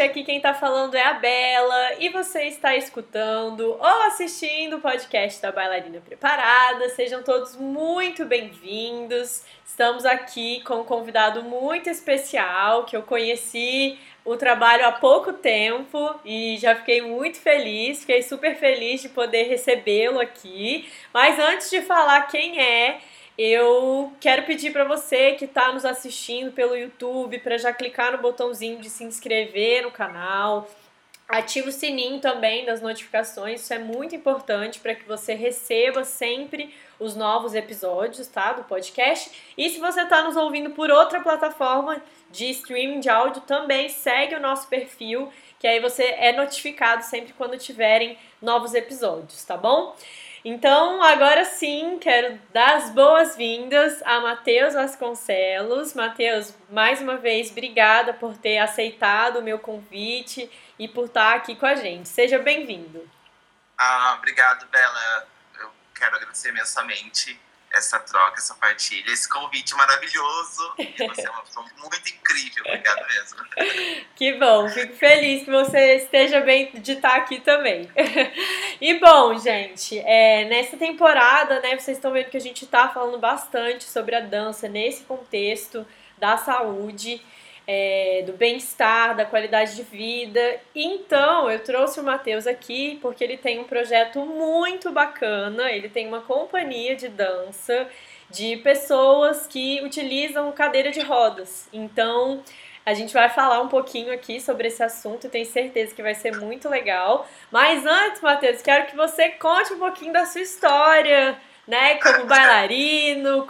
Aqui quem tá falando é a Bela e você está escutando ou assistindo o podcast da Bailarina Preparada. Sejam todos muito bem-vindos. Estamos aqui com um convidado muito especial que eu conheci o trabalho há pouco tempo e já fiquei muito feliz, fiquei super feliz de poder recebê-lo aqui. Mas antes de falar quem é, eu quero pedir para você que está nos assistindo pelo YouTube para já clicar no botãozinho de se inscrever no canal. Ativa o sininho também das notificações, isso é muito importante para que você receba sempre os novos episódios, tá, do podcast. E se você está nos ouvindo por outra plataforma de streaming de áudio, também segue o nosso perfil, que aí você é notificado sempre quando tiverem novos episódios, tá bom? Então, agora sim, quero dar as boas-vindas a Matheus Vasconcelos. Matheus, mais uma vez, obrigada por ter aceitado o meu convite e por estar aqui com a gente. Seja bem-vindo. Obrigado, Bela. Eu quero agradecer imensamente essa troca, essa partilha, esse convite maravilhoso. Você é uma pessoa muito incrível. Obrigado mesmo. Que bom, fico feliz que você esteja bem de estar aqui também. E bom, gente, nessa temporada, né, vocês estão vendo que a gente está falando bastante sobre a dança nesse contexto da saúde, do bem-estar, da qualidade de vida. Então, eu trouxe o Matheus aqui porque ele tem um projeto muito bacana, ele tem uma companhia de dança de pessoas que utilizam cadeira de rodas. Então, a gente vai falar um pouquinho aqui sobre esse assunto, tenho certeza que vai ser muito legal. Mas antes, Matheus, quero que você conte um pouquinho da sua história, né? Como bailarino,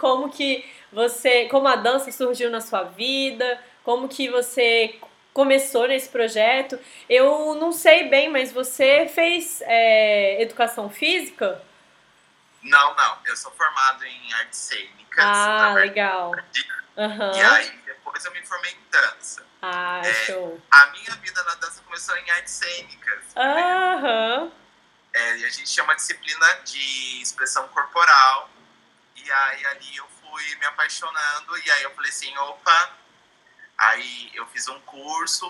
como a dança surgiu na sua vida, como que você começou nesse projeto. Eu não sei bem, mas você fez educação física? Não. Eu sou formado em artes cênicas. Legal. Uhum. E aí, depois eu me formei em dança. Show. A minha vida na dança começou em artes cênicas. Aham. E a gente tinha uma disciplina de expressão corporal. E aí, ali eu fui me apaixonando. E aí, eu falei assim, opa. Aí, eu fiz um curso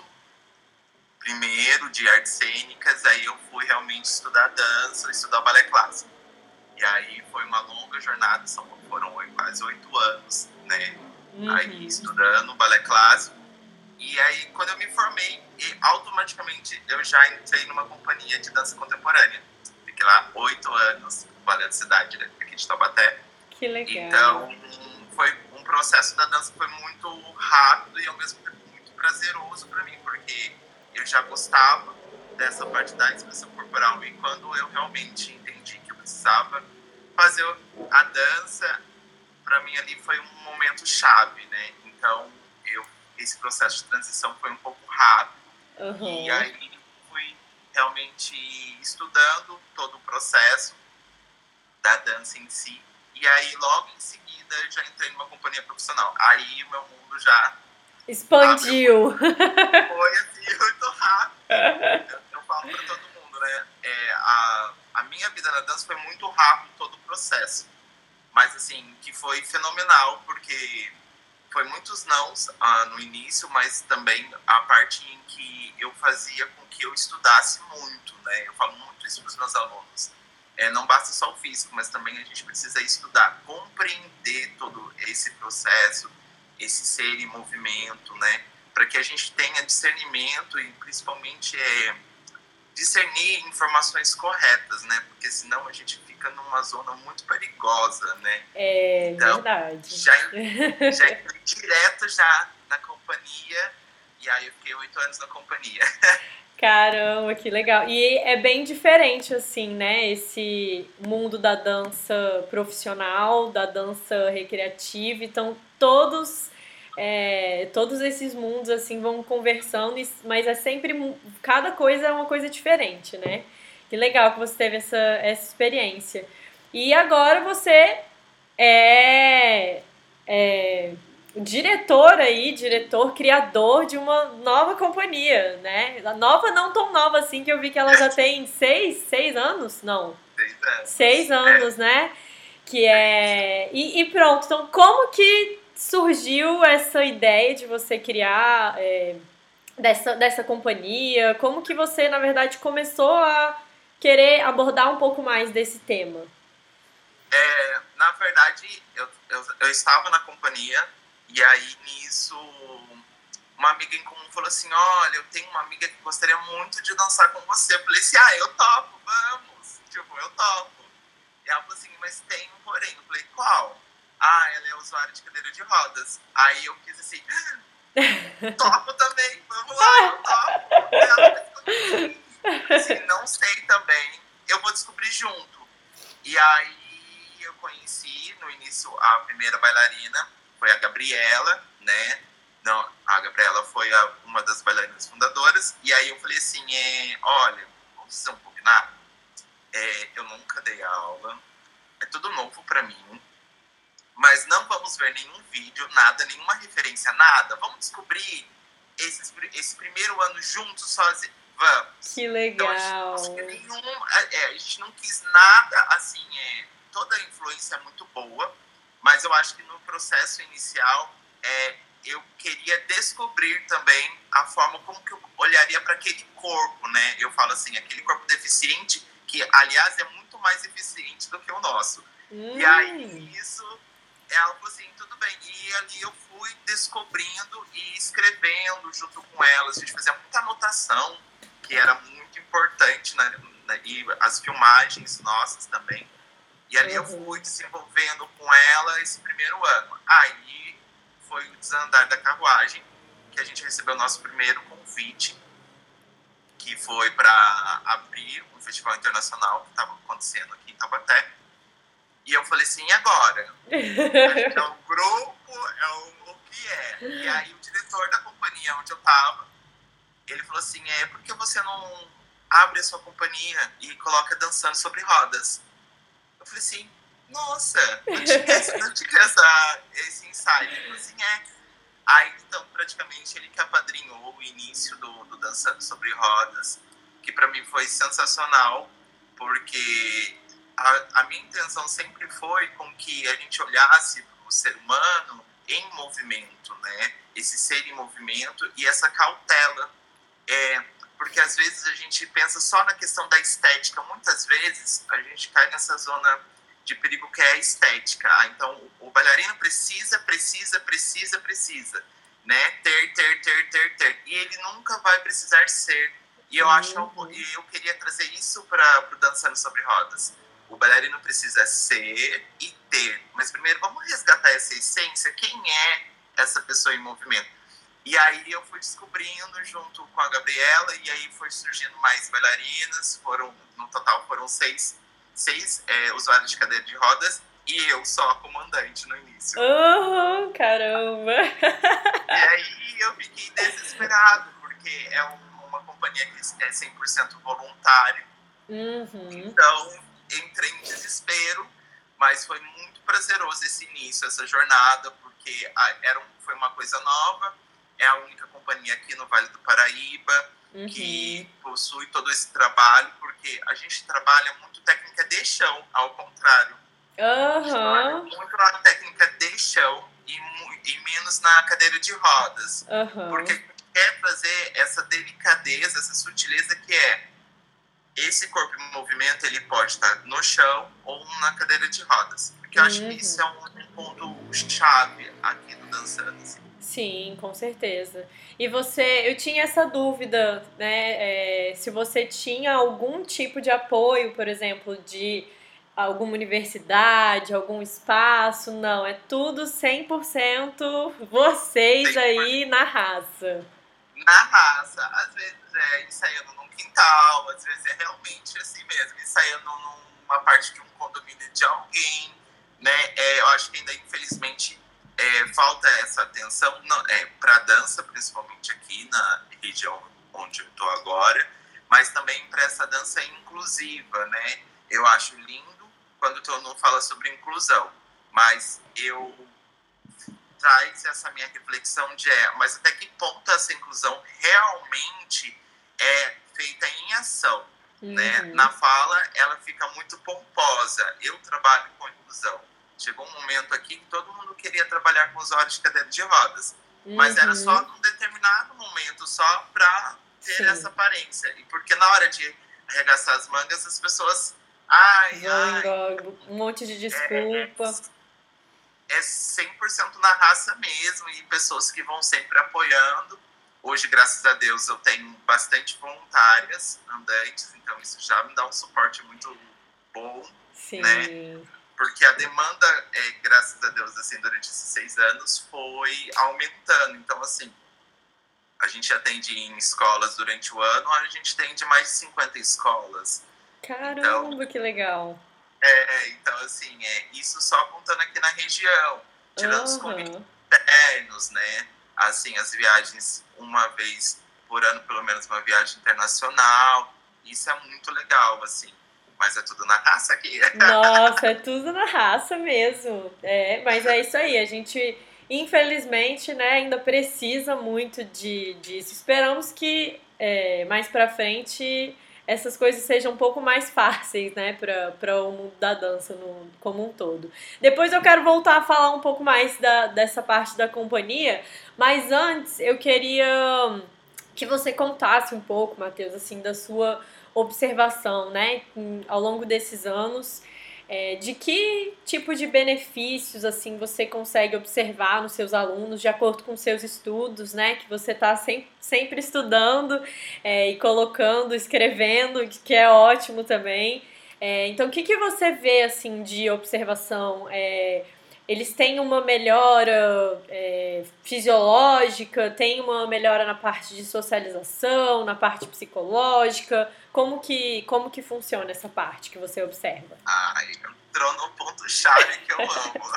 primeiro de artes cênicas. Aí, eu fui realmente estudar dança, estudar balé clássico. E aí, foi uma longa jornada. Foram quase 8 anos, né? Uhum. Aí, estudando balé clássico. E aí, quando eu me formei, automaticamente eu já entrei numa companhia de dança contemporânea. Fiquei lá 8 anos, balé da cidade, né, aqui de Taubaté. Que legal. Então, foi um processo da dança que foi muito rápido e ao mesmo tempo muito prazeroso para mim, porque eu já gostava dessa parte da expressão corporal e quando eu realmente entendi que eu precisava fazer a dança, para mim ali foi um momento chave, né? Então, esse processo de transição foi um pouco rápido. Uhum. E aí fui realmente estudando todo o processo da dança em si. E aí logo em seguida já entrei numa companhia profissional. Aí o meu mundo já expandiu. Foi assim, muito rápido. Eu falo para todo mundo, né? A minha vida na dança foi muito rápido todo o processo. Mas assim, que foi fenomenal, porque foi muitos nãos no início, mas também a parte em que eu fazia com que eu estudasse muito, né? Eu falo muito isso para os meus alunos. Não basta só o físico, mas também a gente precisa estudar, compreender todo esse processo, esse ser em movimento, né? Para que a gente tenha discernimento e principalmente discernir informações corretas, né? Porque senão a gente fica numa zona muito perigosa, né? Então, verdade. Já entrei direto já na companhia e aí eu fiquei 8 anos na companhia. Caramba, que legal. E é bem diferente, assim, né? Esse mundo da dança profissional, da dança recreativa. Então, todos esses mundos, assim, vão conversando, mas é sempre... Cada coisa é uma coisa diferente, né? Que legal que você teve essa experiência. E agora você diretor, criador de uma nova companhia, né? Nova, não tão nova assim, que eu vi que ela já tem 6 anos? Não. 6 anos. 6 anos, né? E pronto, então como que surgiu essa ideia de você criar dessa companhia? Como que você, na verdade, começou a querer abordar um pouco mais desse tema? Na verdade, eu estava na companhia e aí nisso uma amiga em comum falou assim, olha, eu tenho uma amiga que gostaria muito de dançar com você. Eu falei assim, eu topo, vamos. Tipo, eu topo. E ela falou assim, mas tem um porém. Eu falei, qual? Ela é usuária de cadeira de rodas. Aí eu fiz assim, topo também, vamos lá, eu topo. E ela falou assim, não sei também, eu vou descobrir junto. E aí eu conheci no início a primeira bailarina, foi a Gabriela, né? Não, a Gabriela foi uma das bailarinas fundadoras. E aí eu falei assim, olha, vamos fazer um combinar? Eu nunca dei aula, é tudo novo para mim, mas não vamos ver nenhum vídeo, nada, nenhuma referência, nada. Vamos descobrir esse primeiro ano juntos, sozinhos. Vamos. Que legal. Então, a gente não quis nada, assim, toda a influência é muito boa, mas eu acho que no processo inicial, eu queria descobrir também a forma como que eu olharia para aquele corpo, né? Eu falo assim, aquele corpo deficiente, que, aliás, é muito mais eficiente do que o nosso. E aí, ela falou assim, tudo bem. E ali eu fui descobrindo e escrevendo junto com elas. A gente fazia muita anotação, que era muito importante, né? E as filmagens nossas também. E ali eu fui desenvolvendo com ela esse primeiro ano. Aí foi o desandar da carruagem, que a gente recebeu o nosso primeiro convite, que foi para abrir um festival internacional que estava acontecendo aqui em Taubaté. E eu falei assim, e agora? É um grupo, o que é? E aí o diretor da companhia onde eu tava, ele falou assim, por que você não abre a sua companhia e coloca Dançando Sobre Rodas? Eu falei assim, nossa, não tinha esse insight. Ele falou assim, Aí, então, praticamente, ele que apadrinhou o início do Dançando Sobre Rodas, que para mim foi sensacional, porque a minha intenção sempre foi com que a gente olhasse para o ser humano em movimento, né? Esse ser em movimento e essa cautela. Porque às vezes a gente pensa só na questão da estética. Muitas vezes a gente cai nessa zona de perigo que é a estética. Então o bailarino precisa, né? Ter. E ele nunca vai precisar ser. E eu eu queria trazer isso para o Dançando Sobre Rodas. O bailarino precisa ser e ter. Mas primeiro vamos resgatar essa essência. Quem é essa pessoa em movimento? E aí eu fui descobrindo junto com a Gabriela, e aí foi surgindo mais bailarinas. No total foram seis usuários de cadeira de rodas, e eu só comandante no início. Caramba! E aí eu fiquei desesperado, porque é uma companhia que é 100% voluntário. Então entrei em desespero, mas foi muito prazeroso esse início, essa jornada, porque foi uma coisa nova. É a única companhia aqui no Vale do Paraíba que possui todo esse trabalho, porque a gente trabalha muito técnica de chão, ao contrário. A gente trabalha muito na técnica de chão e menos na cadeira de rodas. Porque a gente quer trazer essa delicadeza, essa sutileza que esse corpo em movimento, ele pode estar no chão ou na cadeira de rodas. Porque eu acho que isso é um ponto-chave aqui do Dançando. Assim. Sim, com certeza. E eu tinha essa dúvida, né? Se você tinha algum tipo de apoio, por exemplo, de alguma universidade, algum espaço. Não, é tudo 100% vocês 100%. Aí na raça. Na raça. Às vezes ensaiando num quintal, às vezes é realmente assim mesmo, ensaiando numa parte de um condomínio de alguém, né? Eu acho que ainda, infelizmente, falta essa atenção para a dança, principalmente aqui na região onde eu estou agora, mas também para essa dança inclusiva, né? Eu acho lindo quando todo mundo fala sobre inclusão, mas traz essa minha reflexão mas até que ponto essa inclusão realmente é feita em ação, né? Na fala, ela fica muito pomposa. Eu trabalho com inclusão. Chegou um momento aqui que todo mundo queria trabalhar com usuários de cadeira de rodas. Mas era só num determinado momento, só pra ter essa aparência. E porque na hora de arregaçar as mangas, as pessoas... Um monte de desculpa. É 100% na raça mesmo, e pessoas que vão sempre apoiando. Hoje, graças a Deus, eu tenho bastante voluntárias andantes, então isso já me dá um suporte muito bom, né? Porque a demanda, graças a Deus, assim, durante esses 6 anos foi aumentando. Então, assim, a gente atende em escolas durante o ano, a gente atende mais de 50 escolas. Caramba, então, que legal! Então, assim, isso só contando aqui na região, tirando os convites internos, né? Assim, as viagens uma vez por ano, pelo menos uma viagem internacional, isso é muito legal, assim. Mas é tudo na raça aqui. Nossa, é tudo na raça mesmo. Mas é isso aí, a gente, infelizmente, né, ainda precisa muito disso. Esperamos que mais pra frente essas coisas sejam um pouco mais fáceis, né, para o mundo da dança como um todo. Depois eu quero voltar a falar um pouco mais dessa parte da companhia, mas antes eu queria que você contasse um pouco, Matheus, assim, da sua observação, né, ao longo desses anos, de que tipo de benefícios assim você consegue observar nos seus alunos de acordo com seus estudos, né? Que você está sempre estudando e colocando, escrevendo, que é ótimo também. Então, o que você vê assim de observação? Eles têm uma melhora fisiológica, tem uma melhora na parte de socialização, na parte psicológica? Como que funciona essa parte que você observa? Entrou no ponto-chave que eu amo.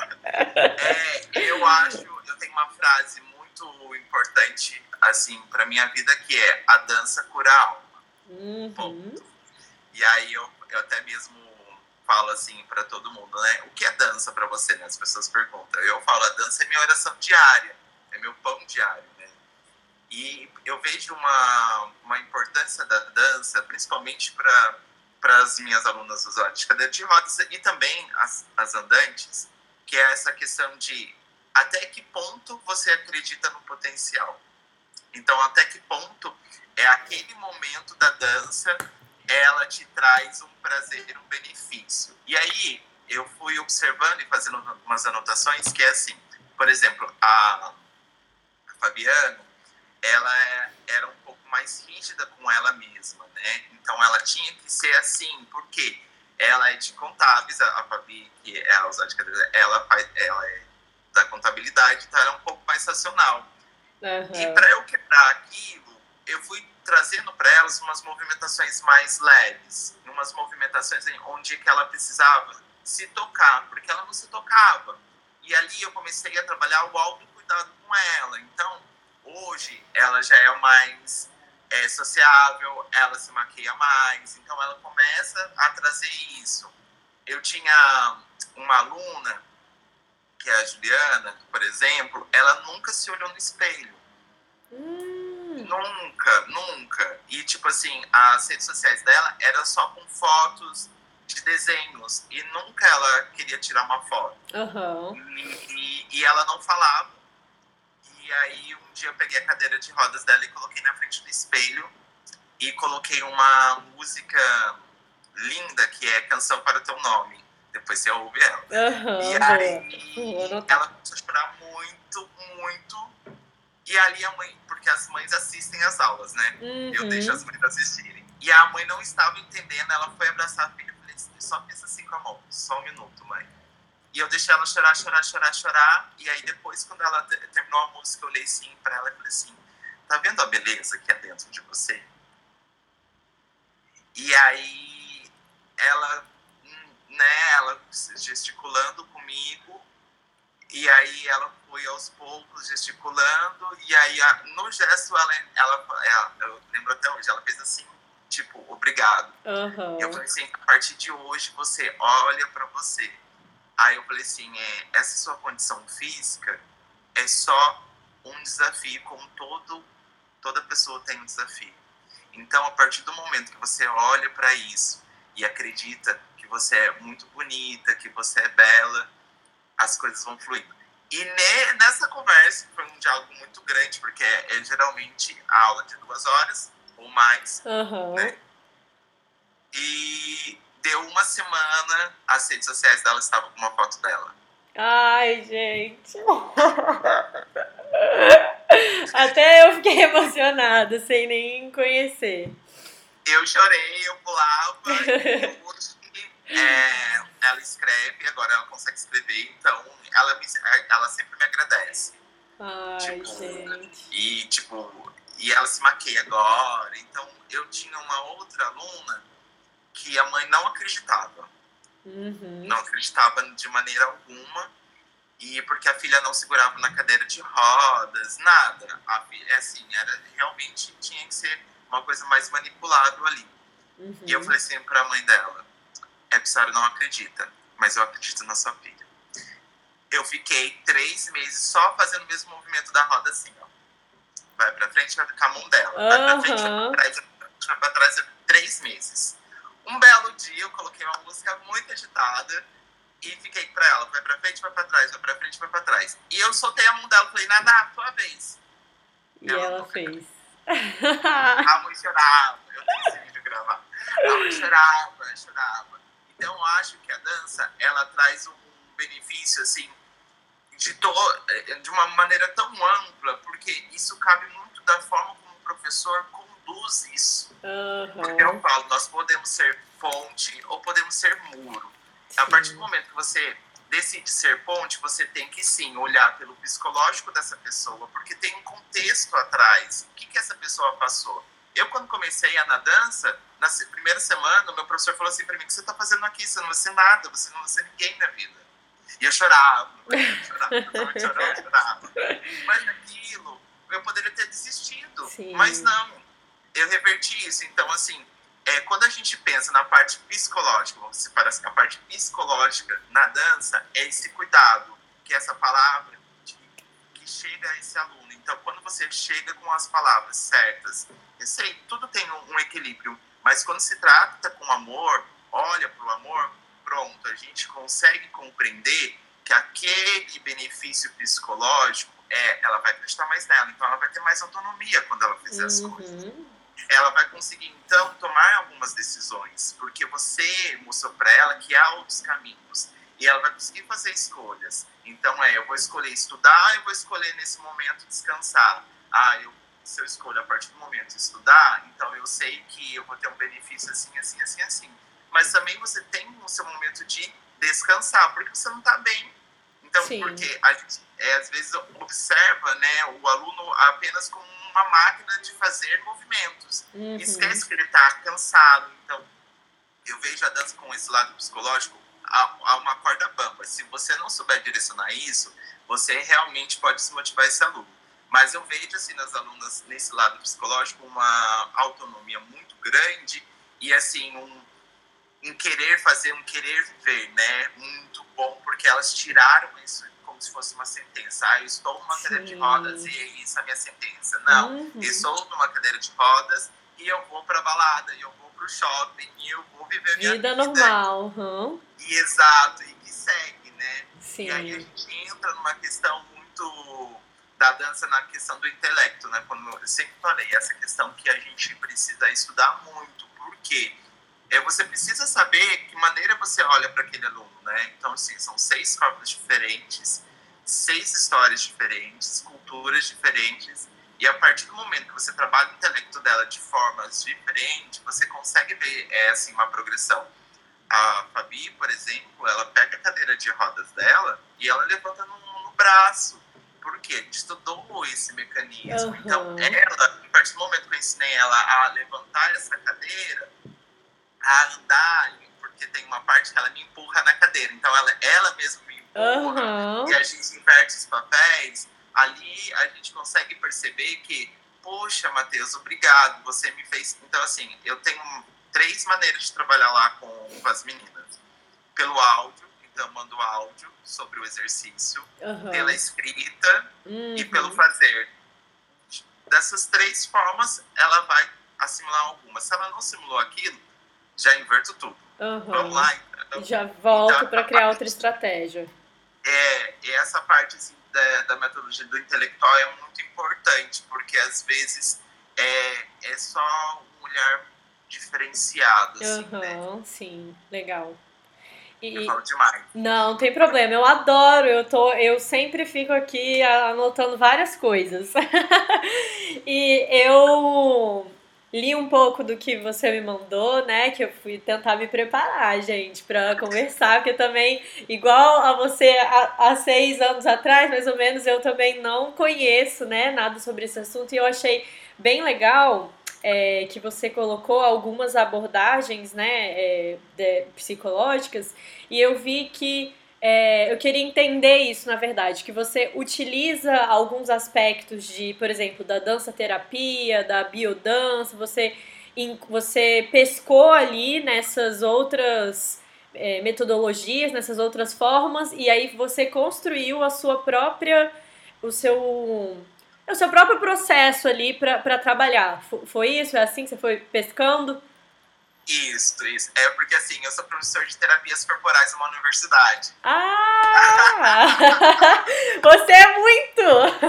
Eu tenho uma frase muito importante, assim, pra minha vida, que é: a dança cura a alma. Ponto. E aí eu até mesmo falo assim pra todo mundo, né? O que é dança pra você, né? As pessoas perguntam. Eu falo: a dança é minha oração diária, é meu pão diário, né? E eu vejo uma importância da dança, principalmente para as minhas alunas usuárias de cadeira de rodas e também as andantes, que é essa questão de até que ponto você acredita no potencial. Então, até que ponto é aquele momento da dança, ela te traz um prazer, um benefício. E aí, eu fui observando e fazendo umas anotações que é assim, por exemplo, a Fabiana, ela era um pouco mais rígida com ela mesma, né? Então ela tinha que ser assim, porque ela é de contábeis, a Fabi, que é a usuária de cadeira, ela é da contabilidade, então ela é um pouco mais racional. E para eu quebrar aquilo, eu fui trazendo para elas umas movimentações mais leves, umas movimentações onde que ela precisava se tocar, porque ela não se tocava. E ali eu comecei a trabalhar o autocuidado com ela. Então, hoje ela já é mais sociável, ela se maquia mais, então ela começa a trazer isso. Eu tinha uma aluna, que é a Juliana, por exemplo, ela nunca se olhou no espelho. Nunca. E tipo assim, as redes sociais dela eram só com fotos de desenhos, e nunca ela queria tirar uma foto. E ela não falava. E aí um dia eu peguei a cadeira de rodas dela e coloquei na frente do espelho e coloquei uma música linda, que é Canção para o Teu Nome. Depois você ouve ela. E aí ela começou a chorar muito. E ali a mãe, porque as mães assistem as aulas, né? Eu deixo as mães assistirem. E a mãe não estava entendendo, ela foi abraçar a filha e falei assim: só pensa assim com a mão, só um minuto, mãe. E eu deixei ela chorar. E aí depois, quando ela terminou a música, eu olhei assim pra ela e falei assim: tá vendo a beleza que é dentro de você? E aí ela gesticulando comigo, e aí ela foi aos poucos gesticulando, e aí no gesto eu lembro até hoje, ela fez assim, tipo, obrigado. E eu falei assim: a partir de hoje você olha pra você. Aí eu falei assim: essa sua condição física é só um desafio, como toda pessoa tem um desafio. Então, a partir do momento que você olha para isso e acredita que você é muito bonita, que você é bela, as coisas vão fluindo. E nessa conversa, foi um diálogo muito grande, porque é geralmente a aula de 2 horas ou mais, né? E deu uma semana, as redes sociais dela estavam com uma foto dela. Ai, gente. Até eu fiquei emocionada, sem nem conhecer. Eu chorei, eu pulava, e hoje ela escreve, agora ela consegue escrever, então ela sempre me agradece. Ai, gente. E ela se maquia agora. Então eu tinha uma outra aluna que a mãe não acreditava. Não acreditava de maneira alguma. E porque a filha não segurava na cadeira de rodas, nada. Realmente tinha que ser uma coisa mais manipulável ali. E eu falei assim pra mãe dela, a senhora não acredita, mas eu acredito na sua filha. Eu fiquei 3 meses só fazendo o mesmo movimento da roda assim, ó. Vai pra frente, vai com a mão dela. Vai pra frente, vai pra trás, 3 meses. Um belo dia eu coloquei uma música muito agitada e fiquei pra ela, vai pra frente, vai pra trás, vai pra frente, vai pra trás. E eu soltei a mão dela, falei, Naná, tua vez. E ela fez. A mãe chorava, eu tenho esse vídeo gravado. A mãe chorava. Então eu acho que a dança, ela traz um benefício, assim, de uma maneira tão ampla, porque isso cabe muito da forma como o professor conduz isso. Porque eu falo, nós podemos ser ponte ou podemos ser muro. A partir do momento que você decide ser ponte, você tem que sim olhar pelo psicológico dessa pessoa, porque tem um contexto atrás. O que essa pessoa passou? Eu, quando comecei na dança, na primeira semana, o meu professor falou assim pra mim, o que você tá fazendo aqui? Você não vai ser nada, você não vai ser ninguém na vida. E eu chorava. Mas aquilo, eu poderia ter desistido. Sim. Mas não, eu reverti isso. Então, assim, quando a gente pensa na parte psicológica, vamos separar assim, a parte psicológica na dança, é esse cuidado, que é essa palavra que chega a esse aluno. Então, quando você chega com as palavras certas, eu sei, tudo tem um equilíbrio, mas quando se trata com amor, olha para o amor, pronto, a gente consegue compreender que aquele benefício psicológico, ela vai acreditar mais nela, então ela vai ter mais autonomia quando ela fizer as coisas. Ela vai conseguir, então, tomar algumas decisões, porque você mostrou para ela que há outros caminhos, e ela vai conseguir fazer escolhas. Então, eu vou escolher estudar, eu vou escolher nesse momento descansar. Se eu escolho a partir do momento estudar, então eu sei que eu vou ter um benefício assim, assim, assim, assim. Mas também você tem o seu momento de descansar, porque você não está bem. Então, sim, porque a gente, às vezes, observa, né, o aluno apenas como uma máquina de fazer movimentos. Esquece que ele está cansado. Então, eu vejo a dança com esse lado psicológico a uma corda bamba. Se você não souber direcionar isso, você realmente pode desmotivar esse aluno. Mas eu vejo, assim, nas alunas, nesse lado psicológico, uma autonomia muito grande e, assim, um querer fazer, um querer viver, né? Muito bom, porque elas tiraram isso como se fosse uma sentença. Eu estou numa cadeira de rodas e isso é a minha sentença. Não, eu estou numa cadeira de rodas e eu vou pra balada, e eu vou pro shopping, e eu vou viver minha vida. Vida normal. E exato, e que segue, né? Sim. E aí a gente entra numa questão muito da dança, na questão do intelecto, né? Como eu sempre falei, essa questão que a gente precisa estudar muito. Por quê? Você precisa saber que maneira você olha para aquele aluno, né? Então, assim, são 6 corpos diferentes, 6 histórias diferentes, culturas diferentes, e a partir do momento que você trabalha o intelecto dela de formas diferentes, você consegue ver, assim, uma progressão. A Fabi, por exemplo, ela pega a cadeira de rodas dela e ela levanta no braço. Por quê? A gente estudou esse mecanismo. Então, ela, a partir do momento que eu ensinei ela a levantar essa cadeira, a andar, porque tem uma parte que ela me empurra na cadeira, então ela mesma me empurra, e a gente inverte os papéis, ali a gente consegue perceber que, poxa, Matheus, obrigado, você me fez... Então, assim, eu tenho 3 maneiras de trabalhar lá com as meninas. Pelo áudio, então eu mando áudio sobre o exercício, pela escrita e pelo fazer. Dessas 3 formas, ela vai assimilar alguma. Se ela não simulou aquilo, já inverto tudo. Vamos lá, então. Já volto para criar outra estratégia. E essa parte, assim, da metodologia do intelectual é muito importante, porque às vezes é só um olhar diferenciado, assim, né? Sim, legal. Eu falo demais. Não tem problema, eu adoro, eu sempre fico aqui anotando várias coisas. E eu li um pouco do que você me mandou, né? Que eu fui tentar me preparar, gente, pra conversar, porque também, igual a você há 6 anos atrás, mais ou menos, eu também não conheço, né, nada sobre esse assunto, e eu achei bem legal. Que você colocou algumas abordagens, né, psicológicas, e eu vi que eu queria entender isso, na verdade, que você utiliza alguns aspectos de, por exemplo, da dança terapia, da biodança, você pescou ali nessas outras metodologias, nessas outras formas, e aí você construiu a sua própria, o seu próprio processo ali para trabalhar. Foi isso? É assim que você foi pescando? Isso. É porque, assim, eu sou professor de terapias corporais numa universidade. Ah! Você é muito!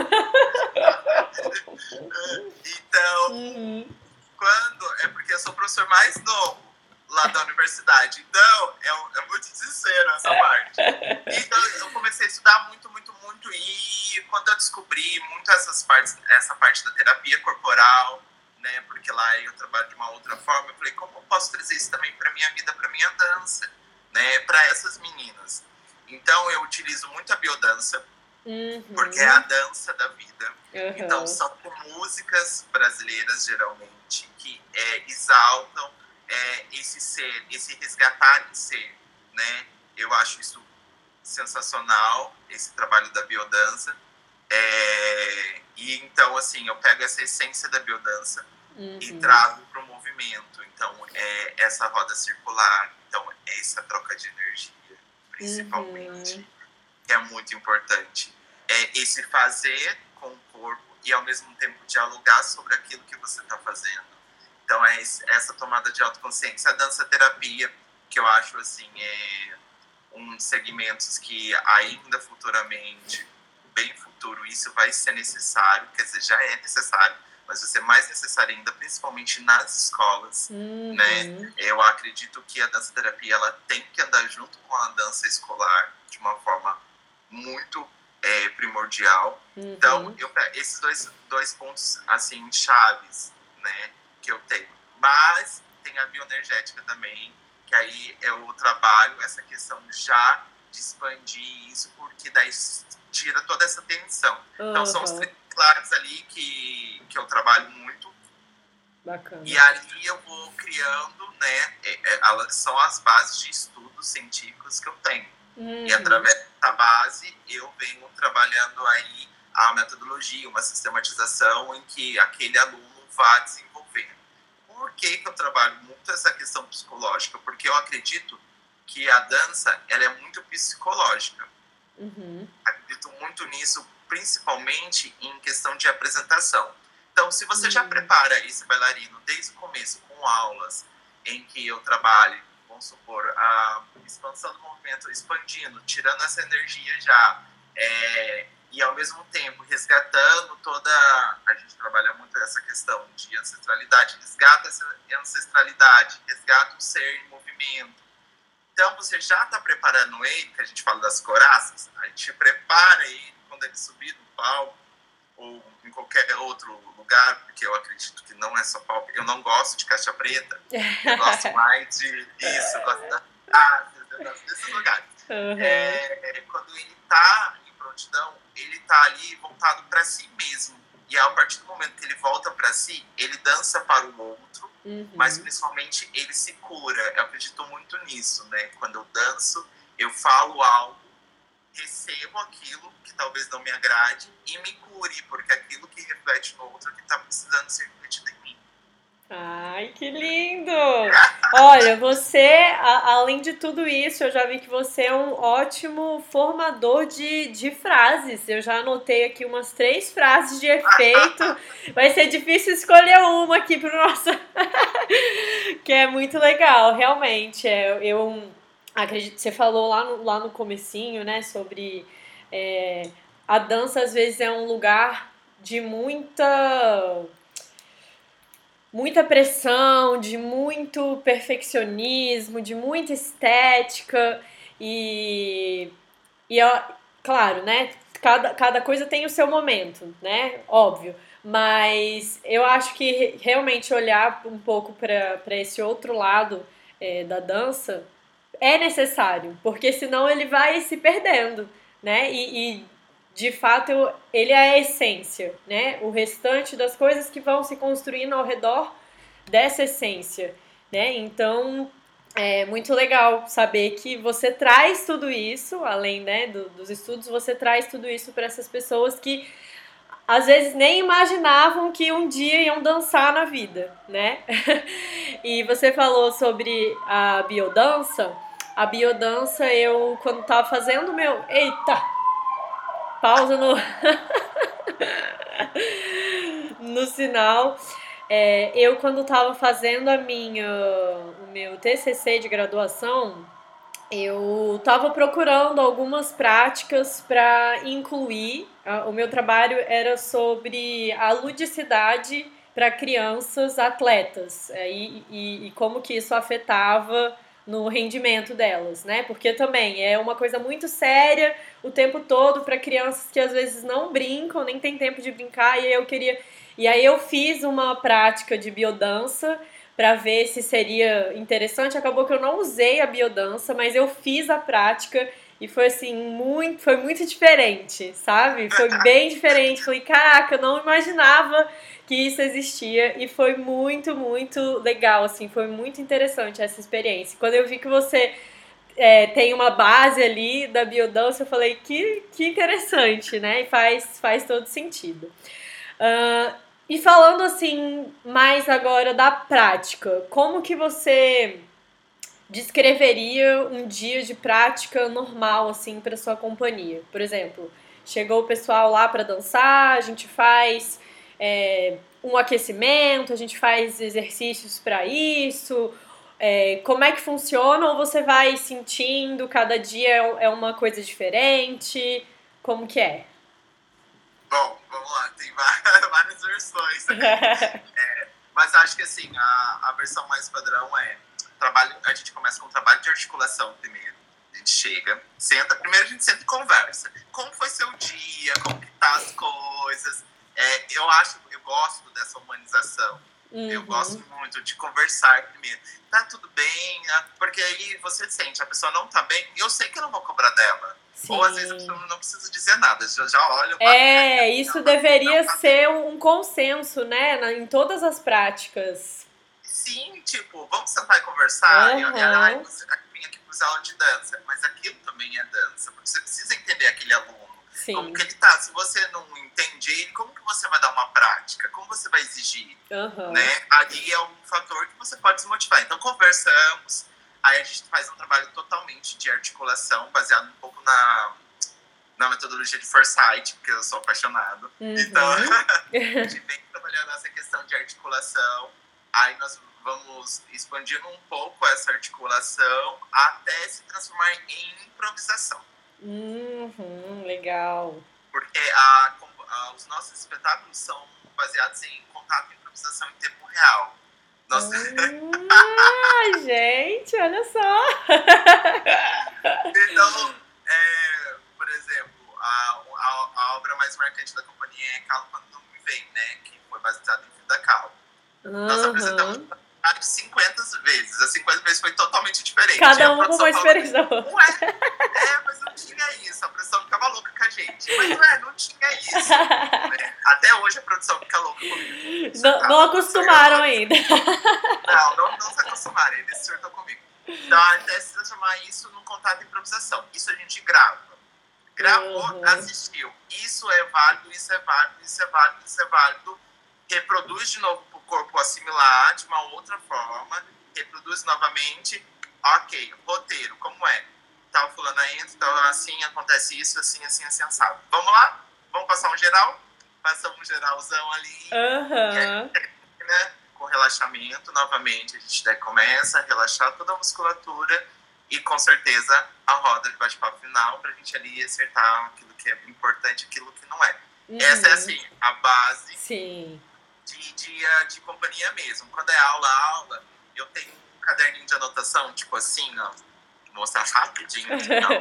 Então, é porque eu sou o professor mais novo lá da universidade. Então, é muito desespero essa parte. Então, eu comecei a estudar muito, e quando eu descobri muito essa parte da terapia corporal, né, porque lá eu trabalho de uma outra forma, eu falei, como eu posso trazer isso também para minha vida, para minha dança, né, para essas meninas? Então, eu utilizo muito a biodança, porque é a dança da vida. Então, são músicas brasileiras, geralmente, que exaltam esse ser, esse resgatar em ser, né? Eu acho isso sensacional, esse trabalho da biodança. E então, assim, eu pego essa essência da biodança e trago para o movimento. Então, essa roda circular, então, essa troca de energia, principalmente, que é muito importante. Esse fazer com o corpo e, ao mesmo tempo, dialogar sobre aquilo que você está fazendo. Então, é essa tomada de autoconsciência. A dança-terapia, que eu acho, assim, um segmentos que ainda futuramente, bem futuro, isso vai ser necessário, quer dizer, já é necessário, mas vai ser mais necessário ainda, principalmente nas escolas, né? Eu acredito que a dança-terapia, ela tem que andar junto com a dança escolar, de uma forma muito primordial. Então, esses dois pontos, assim, chaves, né, que eu tenho. Mas tem a bioenergética também, que aí eu trabalho essa questão já de expandir isso, porque daí tira toda essa tensão. Então, são os 3 pilares ali que eu trabalho muito. Bacana. E ali eu vou criando, né, são as bases de estudos científicos que eu tenho. E através da base eu venho trabalhando aí a metodologia, uma sistematização em que aquele aluno vá desenvolvendo. Por que eu trabalho muito essa questão psicológica? Porque eu acredito que a dança, ela é muito psicológica. Acredito muito nisso, principalmente em questão de apresentação. Então, se você já prepara esse bailarino desde o começo com aulas em que eu trabalho, vamos supor, a expansão do movimento, expandindo, tirando essa energia já, e ao mesmo tempo resgatando a gente trabalha muito essa questão de ancestralidade, resgata essa ancestralidade, resgata o ser em movimento. Então você já está preparando ele, que a gente fala das coraças, a gente prepara ele quando ele subir no palco, ou em qualquer outro lugar, porque eu acredito que não é só palco. Eu não gosto de caixa preta, eu gosto mais de isso, eu gosto desses lugares. Quando ele está em prontidão, ele está ali voltado para si mesmo. E a partir do momento que ele volta para si, ele dança para o outro, mas principalmente ele se cura. Eu acredito muito nisso, né? Quando eu danço, eu falo algo, recebo aquilo que talvez não me agrade e me cure, porque aquilo que reflete no outro que está precisando ser refletido em mim. Ai, que lindo! Olha, você, além de tudo isso, eu já vi que você é um ótimo formador de frases. Eu já anotei aqui umas 3 frases de efeito. Vai ser difícil escolher uma aqui pro nosso... que é muito legal, realmente. Eu acredito que você falou lá no comecinho, né, sobre a dança às vezes é um lugar de muita pressão, de muito perfeccionismo, de muita estética e claro, né? Cada coisa tem o seu momento, né? Óbvio. Mas eu acho que realmente olhar um pouco para esse outro lado da dança é necessário, porque senão ele vai se perdendo, né? E de fato ele é a essência, né? O restante das coisas que vão se construindo ao redor dessa essência, né? Então é muito legal saber que você traz tudo isso, além, né, dos estudos, você traz tudo isso para essas pessoas que às vezes nem imaginavam que um dia iam dançar na vida, né? E você falou sobre a biodança. A biodança, eu, quando tava fazendo meu. Eita! Pausa no sinal. Eu, quando tava fazendo o meu TCC de graduação, eu estava procurando algumas práticas para incluir. O meu trabalho era sobre a ludicidade para crianças atletas e como que isso afetava no rendimento delas, né? Porque também é uma coisa muito séria o tempo todo para crianças que às vezes não brincam, nem tem tempo de brincar, e aí eu fiz uma prática de biodança para ver se seria interessante. Acabou que eu não usei a biodança, mas eu fiz a prática e foi assim, foi muito diferente, sabe? Foi bem diferente. Falei, caraca, eu não imaginava que isso existia e foi muito, muito legal, assim, foi muito interessante essa experiência. Quando eu vi que você tem uma base ali da biodança, eu falei, que interessante, né? E faz todo sentido. E falando assim, mais agora da prática, como que você descreveria um dia de prática normal assim para sua companhia? Por exemplo, chegou o pessoal lá para dançar, a gente faz um aquecimento, a gente faz exercícios para isso. Como é que funciona? Ou você vai sentindo, cada dia é uma coisa diferente? Como que é? Bom, vamos lá, tem várias versões. Mas acho que assim, a versão mais padrão a gente começa com um trabalho de articulação primeiro. A gente chega, primeiro a gente senta e conversa. Como foi seu dia, como que tá as coisas. Eu gosto dessa humanização. Uhum. Eu gosto muito de conversar primeiro. Tá tudo bem? Porque aí você sente, a pessoa não tá bem, eu sei que eu não vou cobrar dela. Sim. Ou às vezes a pessoa não precisa dizer nada, já olha. Isso deveria ser um consenso, né? Em todas as práticas. Sim, tipo, vamos sentar e conversar. Uhum. Você vem aqui para aula de dança, mas aquilo também é dança, porque você precisa entender aquele aluno. Sim. Como que ele tá. Se você não entende ele, como que você vai dar uma prática? Como você vai exigir? Uhum. Né? Ali é um fator que você pode desmotivar. Então, conversamos. Aí a gente faz um trabalho totalmente de articulação, baseado um pouco na metodologia de Forsyth, porque eu sou apaixonado. Uhum. Então, a gente vem trabalhando essa questão de articulação. Aí nós vamos expandindo um pouco essa articulação até se transformar em improvisação. Legal. Porque os nossos espetáculos são baseados em contato e improvisação em tempo real. Gente, olha só! Então, por exemplo, a obra mais marcante da companhia é Calo Quando Não Me Vem, né? Que foi baseada em Frida Kahlo. Nós apresentamos 50 vezes. As 50 vezes foi totalmente diferente. Cada uma com uma diferença. Mas não tinha isso. A produção ficava louca com a gente. Mas não tinha isso. Né? Até hoje a produção fica louca comigo. Não acostumaram ainda. Não se acostumaram. Eles surtam comigo. Então, até se transformar isso num contato e improvisação. Isso a gente grava. Gravou, assistiu. Isso é válido, isso é válido, isso é válido, isso é válido. Reproduz de novo para o corpo assimilar de uma outra forma, reproduz novamente, ok, roteiro, como é? Tal fulana entra, então assim, acontece isso, assim, assim, assim, assado. Vamos lá? Vamos passar um geral? Passamos um geralzão ali, e aí, né, com relaxamento, novamente, a gente daí começa a relaxar toda a musculatura e com certeza a roda de bate-papo final pra gente ali acertar aquilo que é importante e aquilo que não é. Essa é assim, a base Sim. de dia de companhia mesmo. Quando é aula, eu tenho um caderninho de anotação, tipo assim, ó, vou mostrar rapidinho.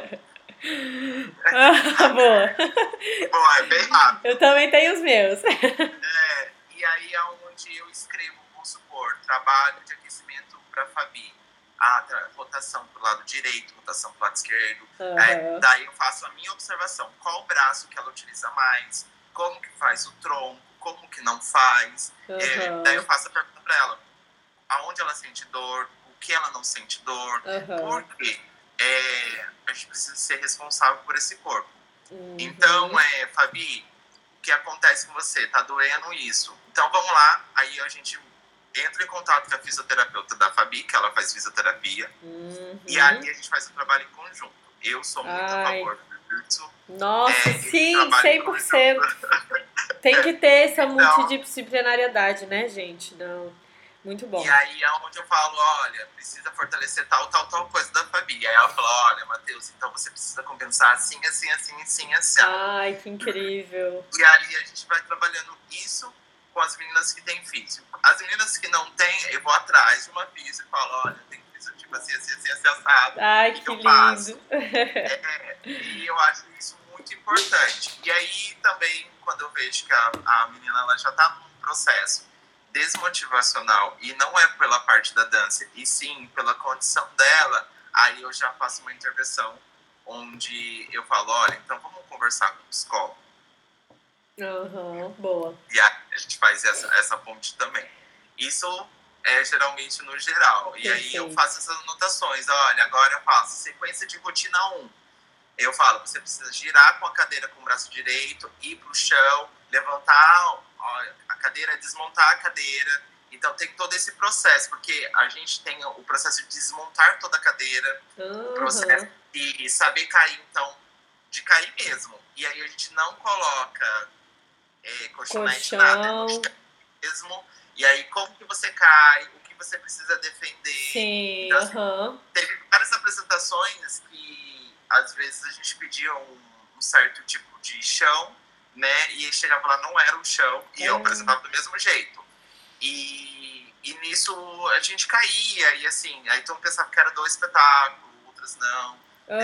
Boa. Bom, é bem rápido. Eu também tenho os meus. E aí é onde eu escrevo, vamos supor, trabalho de aquecimento para Fabi. A rotação pro lado direito, rotação pro lado esquerdo. Daí eu faço a minha observação. Qual braço que ela utiliza mais? Como que faz o tronco? Como que não faz? Daí eu faço a pergunta para ela. Aonde ela sente dor? O que ela não sente dor? Porque a gente precisa ser responsável por esse corpo. Então, Fabi, o que acontece com você? Tá doendo isso. Então vamos lá. Aí a gente entra em contato com a fisioterapeuta da Fabi, que ela faz fisioterapia. E aí a gente faz o trabalho em conjunto. Eu sou muito a favor do jiu-jitsu. Nossa, sim, 100%. Tem que ter essa multidisciplinariedade, né, gente? Não. Muito bom. E aí é onde eu falo, olha, precisa fortalecer tal coisa da Fabi. E aí ela fala, olha, Matheus, então você precisa compensar assim. Ai, que incrível. E aí a gente vai trabalhando isso com as meninas que têm físico. As meninas que não têm, eu vou atrás de uma física e falo, olha, tem físico tipo assim, assado. Ai, que lindo. E eu acho isso muito importante. E aí também, quando eu vejo que a menina ela já está num processo desmotivacional e não é pela parte da dança, e sim pela condição dela, aí eu já faço uma intervenção onde eu falo, olha, então vamos conversar com o psicólogo. Boa. E aí a gente faz essa ponte também. Isso é geralmente no geral. E aí eu faço essas anotações. Olha, agora eu faço sequência de rotina 1. Eu falo, você precisa girar com a cadeira com o braço direito, ir pro chão, levantar a cadeira, desmontar a cadeira. Então tem todo esse processo, porque a gente tem o processo de desmontar toda a cadeira, o processo de saber cair, então, de cair mesmo. E aí a gente não coloca colchonete, nada, é no chão mesmo. E aí como que você cai, o que você precisa defender. Sim, então, teve várias apresentações que às vezes a gente pedia um certo tipo de chão, né? E chegava lá, não era um chão, e eu apresentava do mesmo jeito. E nisso a gente caía, e assim, aí todo mundo pensava que era do espetáculo, outras não.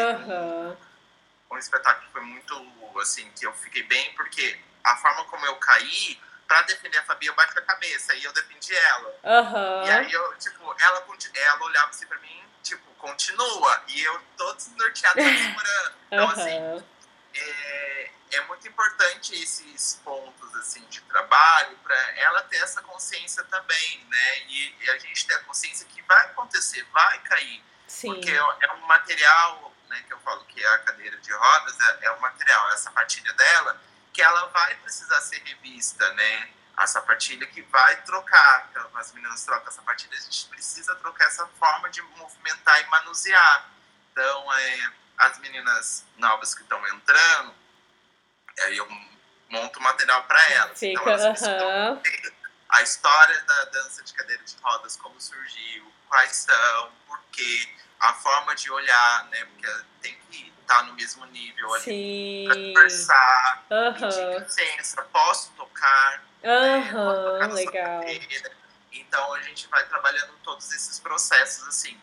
Um espetáculo que foi muito, assim, que eu fiquei bem, porque a forma como eu caí, pra defender a Fabi, eu bati a cabeça, e eu defendi ela. E aí eu, tipo, ela olhava assim pra mim, tipo, continua, e eu todo desnorteado, segurando. Então, assim, é muito importante esses pontos, assim, de trabalho, pra ela ter essa consciência também, né, e a gente ter a consciência que vai acontecer, vai cair. Sim. Porque é um material, né, que eu falo que é a cadeira de rodas, é um material, essa partilha dela, que ela vai precisar ser revista, né? A sapatilha que vai trocar, as meninas trocam a sapatilha, a gente precisa trocar essa forma de movimentar e manusear. Então, as meninas novas que estão entrando, eu monto material para elas. Fica, então, elas precisam ter a história da dança de cadeira de rodas, como surgiu, quais são, por quê, a forma de olhar, né? Porque tem que estar no mesmo nível ali para conversar, pedir licença, posso tocar, posso tocar na legal. sua cadeira. Então a gente vai trabalhando todos esses processos assim.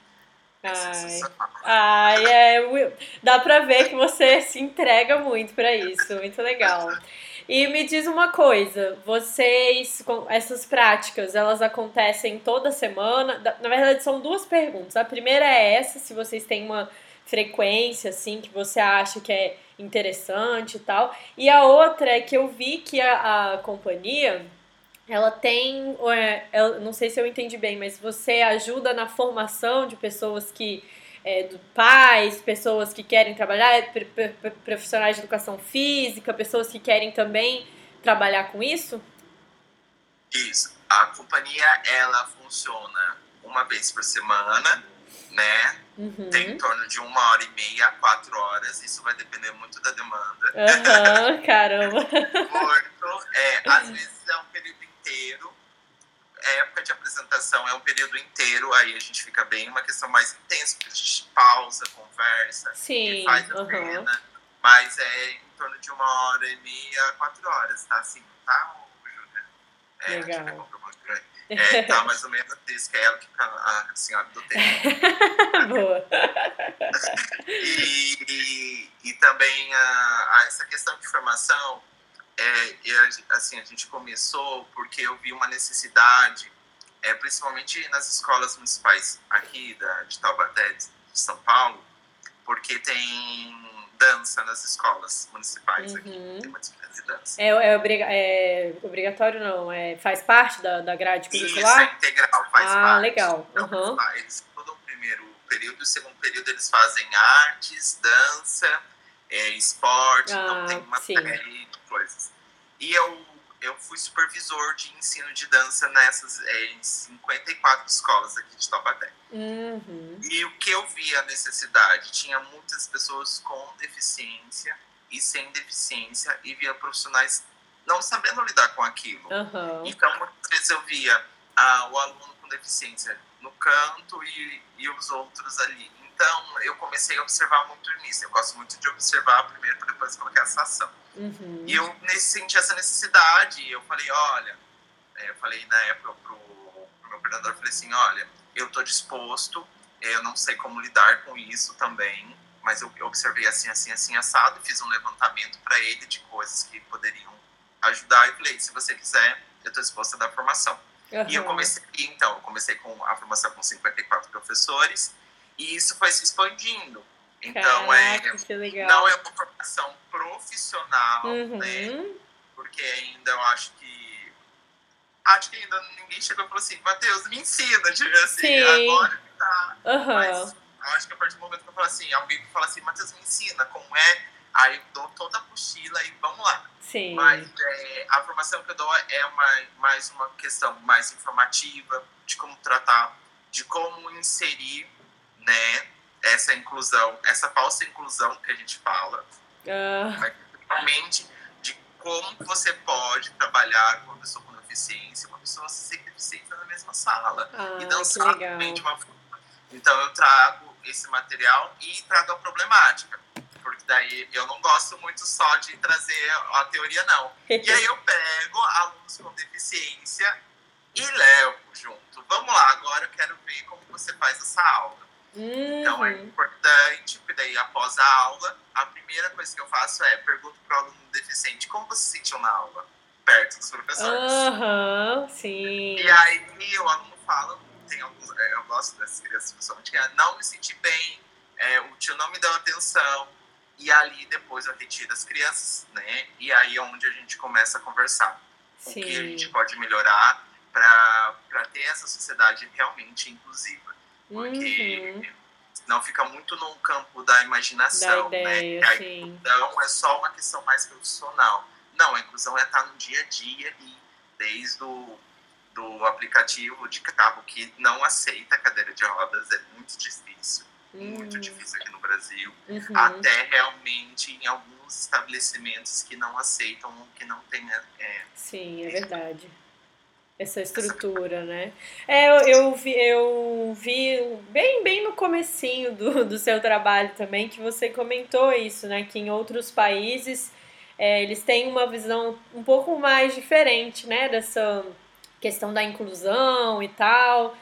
Dá pra ver que você se entrega muito pra isso, muito legal. E me diz uma coisa, essas práticas, elas acontecem toda semana? Na verdade, são duas perguntas. A primeira é essa, se vocês têm uma frequência, assim, que você acha que é interessante e tal. E a outra é que eu vi que a companhia, ela tem, não sei se eu entendi bem, mas você ajuda na formação de pessoas pais, pessoas que querem trabalhar, profissionais de educação física, pessoas que querem também trabalhar com isso? Isso. A companhia, ela funciona uma vez por semana, né? Tem em torno de 1h30 a 4 horas. Isso vai depender muito da demanda. Caramba! Muito. Às vezes é um período inteiro. É época de apresentação é um período inteiro, aí a gente fica bem uma questão mais intensa, porque a gente pausa, conversa, Sim, e faz a cena, mas é em torno de 1h30 a 4 horas, tá? Assim, não tá, Júlia? Legal. Tá mais ou menos isso, que é ela que fica a senhora do tempo. Boa. E também essa questão de formação, assim, a gente começou porque eu vi uma necessidade, principalmente nas escolas municipais aqui de Taubaté, de São Paulo, porque tem dança nas escolas municipais aqui, tem uma disciplina de dança. É obrigatório não, faz parte da grade curricular? Isso, é integral, faz parte. Legal. Então, eles estudam o primeiro período, o segundo período eles fazem artes, dança, esporte, então tem uma série de coisas. E eu fui supervisor de ensino de dança nessas em 54 escolas aqui de Taubaté. E o que eu vi a necessidade, tinha muitas pessoas com deficiência e sem deficiência, e via profissionais não sabendo lidar com aquilo. Então, muitas vezes eu via o aluno com deficiência no canto e os outros ali. Então, eu comecei a observar muito nisso. Eu gosto muito de observar primeiro, para depois colocar essa ação. E eu senti essa necessidade. Eu falei, olha, eu falei na época pro meu coordenador, eu falei assim, olha, eu estou disposto, eu não sei como lidar com isso também, mas eu observei assim, assado, fiz um levantamento para ele de coisas que poderiam ajudar, e falei, se você quiser, eu estou disposto a dar formação. E eu comecei com a formação com 54 professores, e isso foi se expandindo. Então, que legal. Não é uma formação profissional, né? Porque ainda eu acho que ainda ninguém chegou e falou assim, Matheus, me ensina, tipo assim, agora que tá. Mas acho que a partir do momento que eu falo assim, alguém fala assim, Matheus, me ensina como é, aí eu dou toda a mochila e vamos lá. Sim. Mas a formação que eu dou é mais uma questão mais informativa, de como tratar, de como inserir, né, essa inclusão, essa falsa inclusão que a gente fala, mas principalmente de como você pode trabalhar com uma pessoa com deficiência, uma pessoa sem deficiência na mesma sala, e dançar também de uma forma. Então eu trago esse material e trago a problemática, porque daí eu não gosto muito só de trazer a teoria, não. E aí eu pego alunos com deficiência e levo junto. Vamos lá, agora eu quero ver como você faz essa aula. Então é importante, porque daí após a aula, a primeira coisa que eu faço é pergunto para o aluno deficiente como você se sentiu na aula, perto dos professores. Sim. E aí o aluno fala, tem alguns, eu gosto dessas crianças principalmente, que não me senti bem, o tio não me deu atenção, e ali depois eu retiro as crianças, né? E aí é onde a gente começa a conversar. O que a gente pode melhorar para ter essa sociedade realmente inclusiva. Porque não fica muito no campo da imaginação, da ideia, né? A inclusão é só uma questão mais profissional. Não, a inclusão é estar no dia a dia ali, desde do aplicativo de carro que não aceita cadeira de rodas, é muito difícil aqui no Brasil, até realmente em alguns estabelecimentos que não aceitam, que não tem... Sim, é verdade. Essa estrutura, né? Eu vi bem no comecinho do seu trabalho também, que você comentou isso, né? Que em outros países eles têm uma visão um pouco mais diferente, né? Dessa questão da inclusão e tal.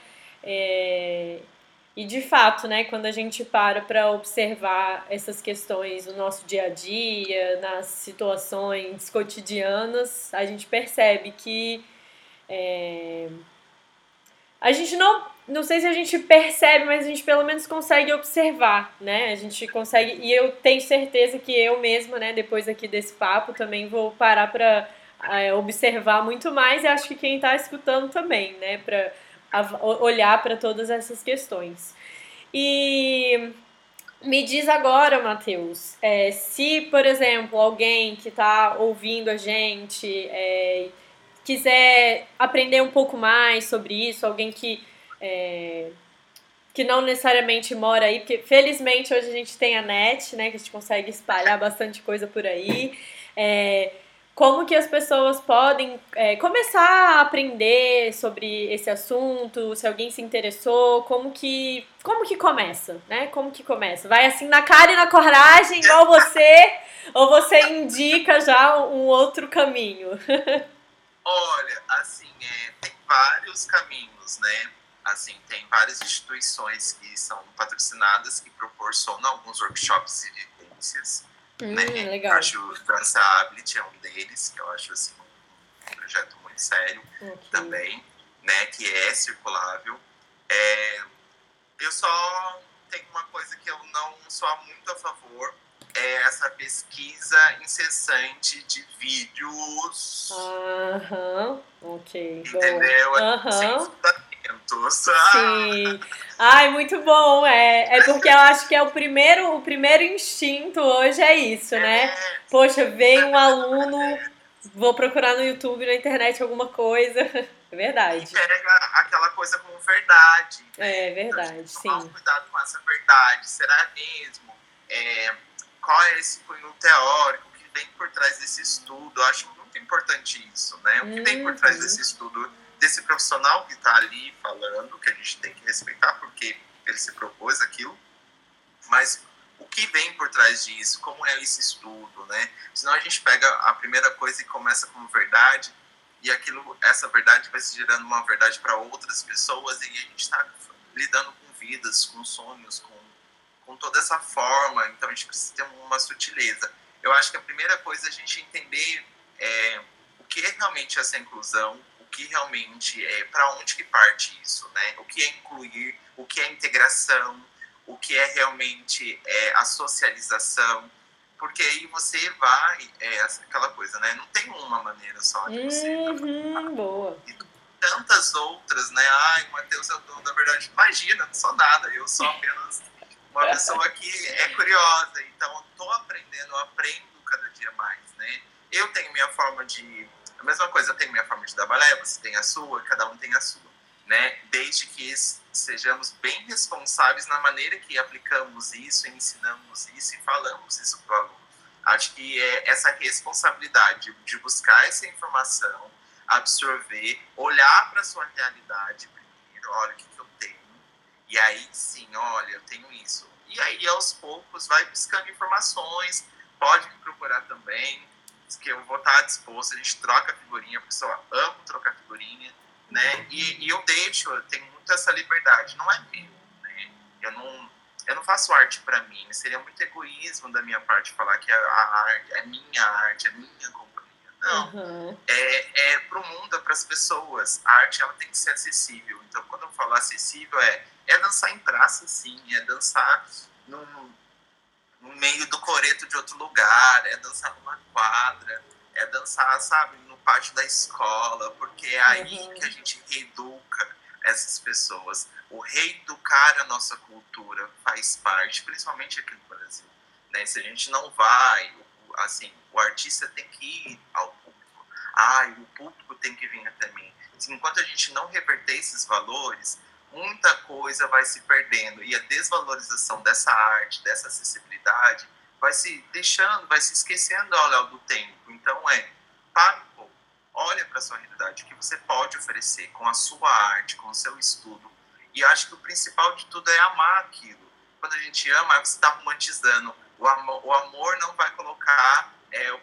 E de fato, né? Quando a gente para observar essas questões no nosso dia a dia, nas situações cotidianas, a gente percebe que a gente não sei se a gente percebe, mas a gente pelo menos consegue observar, né? A gente consegue, e eu tenho certeza que eu mesma, né, depois aqui desse papo, também vou parar para observar muito mais, e acho que quem está escutando também, né, para olhar para todas essas questões. E me diz agora, Matheus, se, por exemplo, alguém que está ouvindo a gente quiser aprender um pouco mais sobre isso, alguém que não necessariamente mora aí, porque felizmente hoje a gente tem a net, né, que a gente consegue espalhar bastante coisa por aí. como que as pessoas podem começar a aprender sobre esse assunto, se alguém se interessou, como que começa, né? Como que começa? Vai assim na cara e na coragem, igual você, ou você indica já um outro caminho? Olha, assim, tem vários caminhos, né? Assim, tem várias instituições que são patrocinadas, que proporcionam alguns workshops e vivências, né? Eu Legal. acho o Dança Ability é um deles, que eu acho, assim, um projeto muito sério Ok. também, né? Que é circulável. É, eu só tenho uma coisa que eu não sou muito a favor, é essa pesquisa incessante de vídeos, Aham, ok, boa. entendeu? Sem Aham, fundamentos. sim. Ai, muito bom. É porque eu acho que é o primeiro instinto hoje é isso, né? É, Poxa, veio um aluno, vou procurar no YouTube, na internet alguma coisa. É e verdade. pega aquela coisa como verdade, É né? Então a gente tem verdade, que tomar um sim. cuidado com essa verdade. Será mesmo? É, qual é esse cunho teórico que vem por trás desse estudo? Eu acho muito importante isso, né? O que vem por trás Uhum. desse estudo, desse profissional que está ali falando, que a gente tem que respeitar porque ele se propôs aquilo, mas o que vem por trás disso, como é esse estudo, né? Senão a gente pega a primeira coisa e começa como verdade, e essa verdade vai se gerando uma verdade para outras pessoas, e a gente está lidando com vidas, com sonhos, com toda essa forma, então a gente precisa ter uma sutileza. Eu acho que a primeira coisa é a gente entender o que é realmente essa inclusão, o que realmente é, para onde que parte isso, né? O que é incluir, o que é integração, o que é realmente a socialização, porque aí você vai, aquela coisa, né? Não tem uma maneira só de você trabalhar. Boa. E tantas outras, né? Ai, o Matheus é o dono da verdade. Imagina, não sou nada, eu sou apenas uma pessoa que é curiosa, então eu tô aprendendo, eu aprendo cada dia mais, né? Eu tenho minha forma de... A mesma coisa, eu tenho minha forma de trabalhar, você tem a sua, cada um tem a sua, né? Desde que sejamos bem responsáveis na maneira que aplicamos isso, ensinamos isso e falamos isso para o aluno. Acho que é essa responsabilidade de buscar essa informação, absorver, olhar para a sua realidade primeiro, olha o que eu tenho, e aí sim, olha, eu tenho isso. E aí aos poucos vai buscando informações, pode me procurar também, que eu vou estar disposto, a gente troca figurinha, porque eu amo trocar figurinha, né? E eu tenho muito essa liberdade, não é meu, né? Eu não faço arte para mim, seria muito egoísmo da minha parte falar que a arte é minha companhia. Não, Uhum. é para o mundo, é para as pessoas. A arte ela tem que ser acessível. Então, quando eu falo acessível, é dançar em praça, sim, é dançar no meio do coreto de outro lugar, é dançar numa quadra, é dançar, sabe, no pátio da escola, porque é aí que a gente reeduca essas pessoas. O reeducar a nossa cultura faz parte, principalmente aqui no Brasil, né? Se a gente não vai, assim, o artista tem que ir ao público. O público tem que vir até mim. Enquanto a gente não reverter esses valores, muita coisa vai se perdendo, e a desvalorização dessa arte, dessa acessibilidade, vai se deixando, vai se esquecendo ao longo do tempo. Então para um pouco, olha para a sua realidade, o que você pode oferecer com a sua arte, com o seu estudo, e acho que o principal de tudo é amar aquilo. Quando a gente ama, você está romantizando. O amor não vai colocar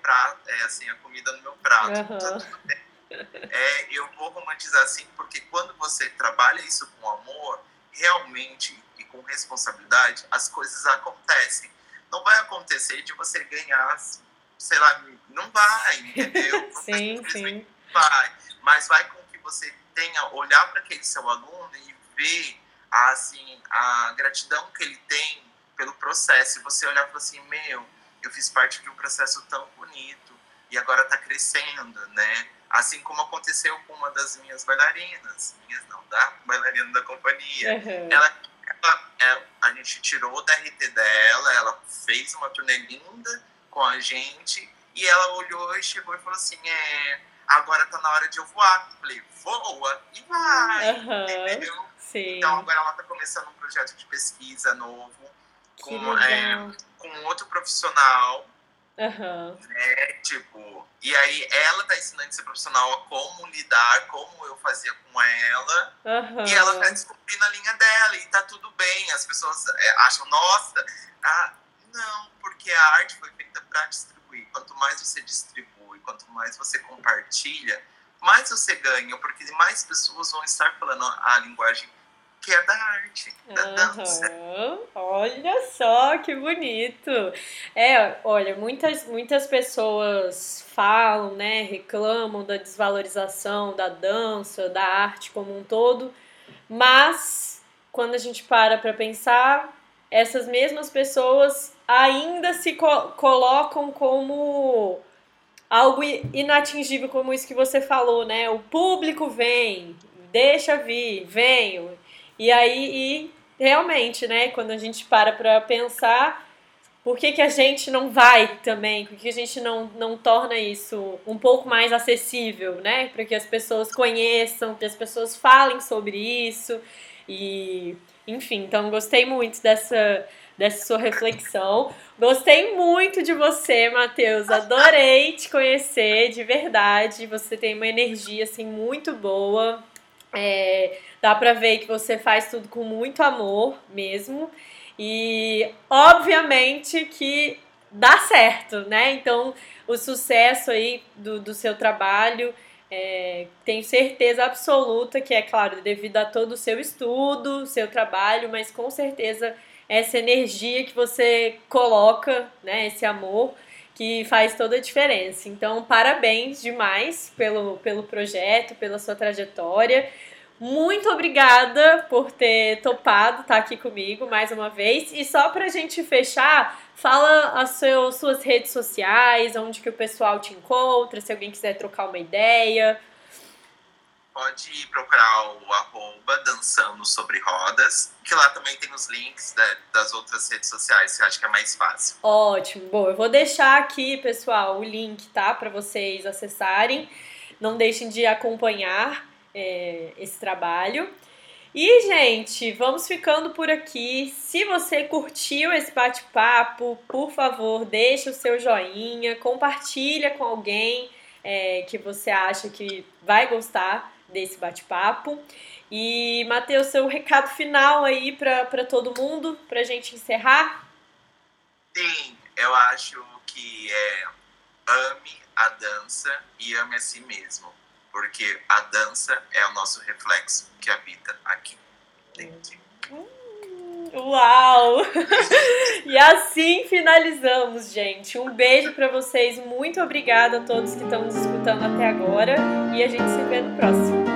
a comida no meu prato. Tá Uhum. tudo bem. Eu vou romantizar assim, porque quando você trabalha isso com amor, realmente e com responsabilidade, as coisas acontecem. Não vai acontecer de você ganhar, sei lá, não vai, entendeu? Sim, Simplesmente sim. vai. Mas vai com que você tenha, olhar para aquele seu aluno e ver assim, a gratidão que ele tem pelo processo. E você olhar e falar assim, eu fiz parte de um processo tão bonito e agora está crescendo, né? Assim como aconteceu com uma das minhas bailarinas, da bailarina da companhia. Uhum. A gente tirou da RT dela, ela fez uma turnê linda com a gente, e ela olhou e chegou e falou assim, agora tá na hora de eu voar. Eu falei, voa e vai, Aham. entendeu? Então Sim. agora ela tá começando um projeto de pesquisa novo, Que legal. com outro profissional, Aham. né? Tipo, e aí ela tá ensinando esse profissional a como lidar, como eu fazia com ela, e ela tá Aham. descobrindo a linha dela, e tá tudo bem. As pessoas acham, nossa, não, porque a arte foi feita para distribuir. Quanto mais você distribui, quanto mais você compartilha, mais você ganha, porque mais pessoas vão estar falando a linguagem que é da arte, da dança. Aham. Olha só que bonito. Olha, muitas pessoas falam, né, reclamam da desvalorização da dança, da arte como um todo, mas quando a gente para pensar, essas mesmas pessoas ainda se colocam como algo inatingível, como isso que você falou, né? O público vem, deixa vir, venho. E realmente, né, quando a gente para pensar, por que a gente não vai também? Por que a gente não torna isso um pouco mais acessível, né? Para que as pessoas conheçam, que as pessoas falem sobre isso. E, enfim, então gostei muito dessa sua reflexão. Gostei muito de você, Matheus. Adorei te conhecer, de verdade. Você tem uma energia, assim, muito boa. Dá pra ver que você faz tudo com muito amor mesmo. E obviamente que dá certo, né? Então, o sucesso aí do seu trabalho, tenho certeza absoluta que é claro, devido a todo o seu estudo, seu trabalho, mas com certeza essa energia que você coloca, né? Esse amor que faz toda a diferença. Então, parabéns demais pelo projeto, pela sua trajetória. Muito obrigada por ter topado estar aqui comigo mais uma vez. E só pra gente fechar, fala suas redes sociais, onde que o pessoal te encontra, se alguém quiser trocar uma ideia. Pode ir procurar o @dançando sobre rodas, que lá também tem os links das outras redes sociais, que eu acho que é mais fácil. Ótimo. Bom, eu vou deixar aqui, pessoal, o link, tá? Para vocês acessarem. Não deixem de acompanhar esse trabalho. E, gente, vamos ficando por aqui. Se você curtiu esse bate-papo, por favor, deixa o seu joinha, compartilha com alguém que você acha que vai gostar desse bate-papo. E, Matheus, seu recado final aí para todo mundo, pra gente encerrar? Sim, eu acho que ame a dança e ame a si mesmo, porque a dança é o nosso reflexo que habita aqui dentro. Uau! E assim finalizamos, gente. Um beijo pra vocês. Muito obrigada a todos que estão nos escutando até agora. E a gente se vê no próximo.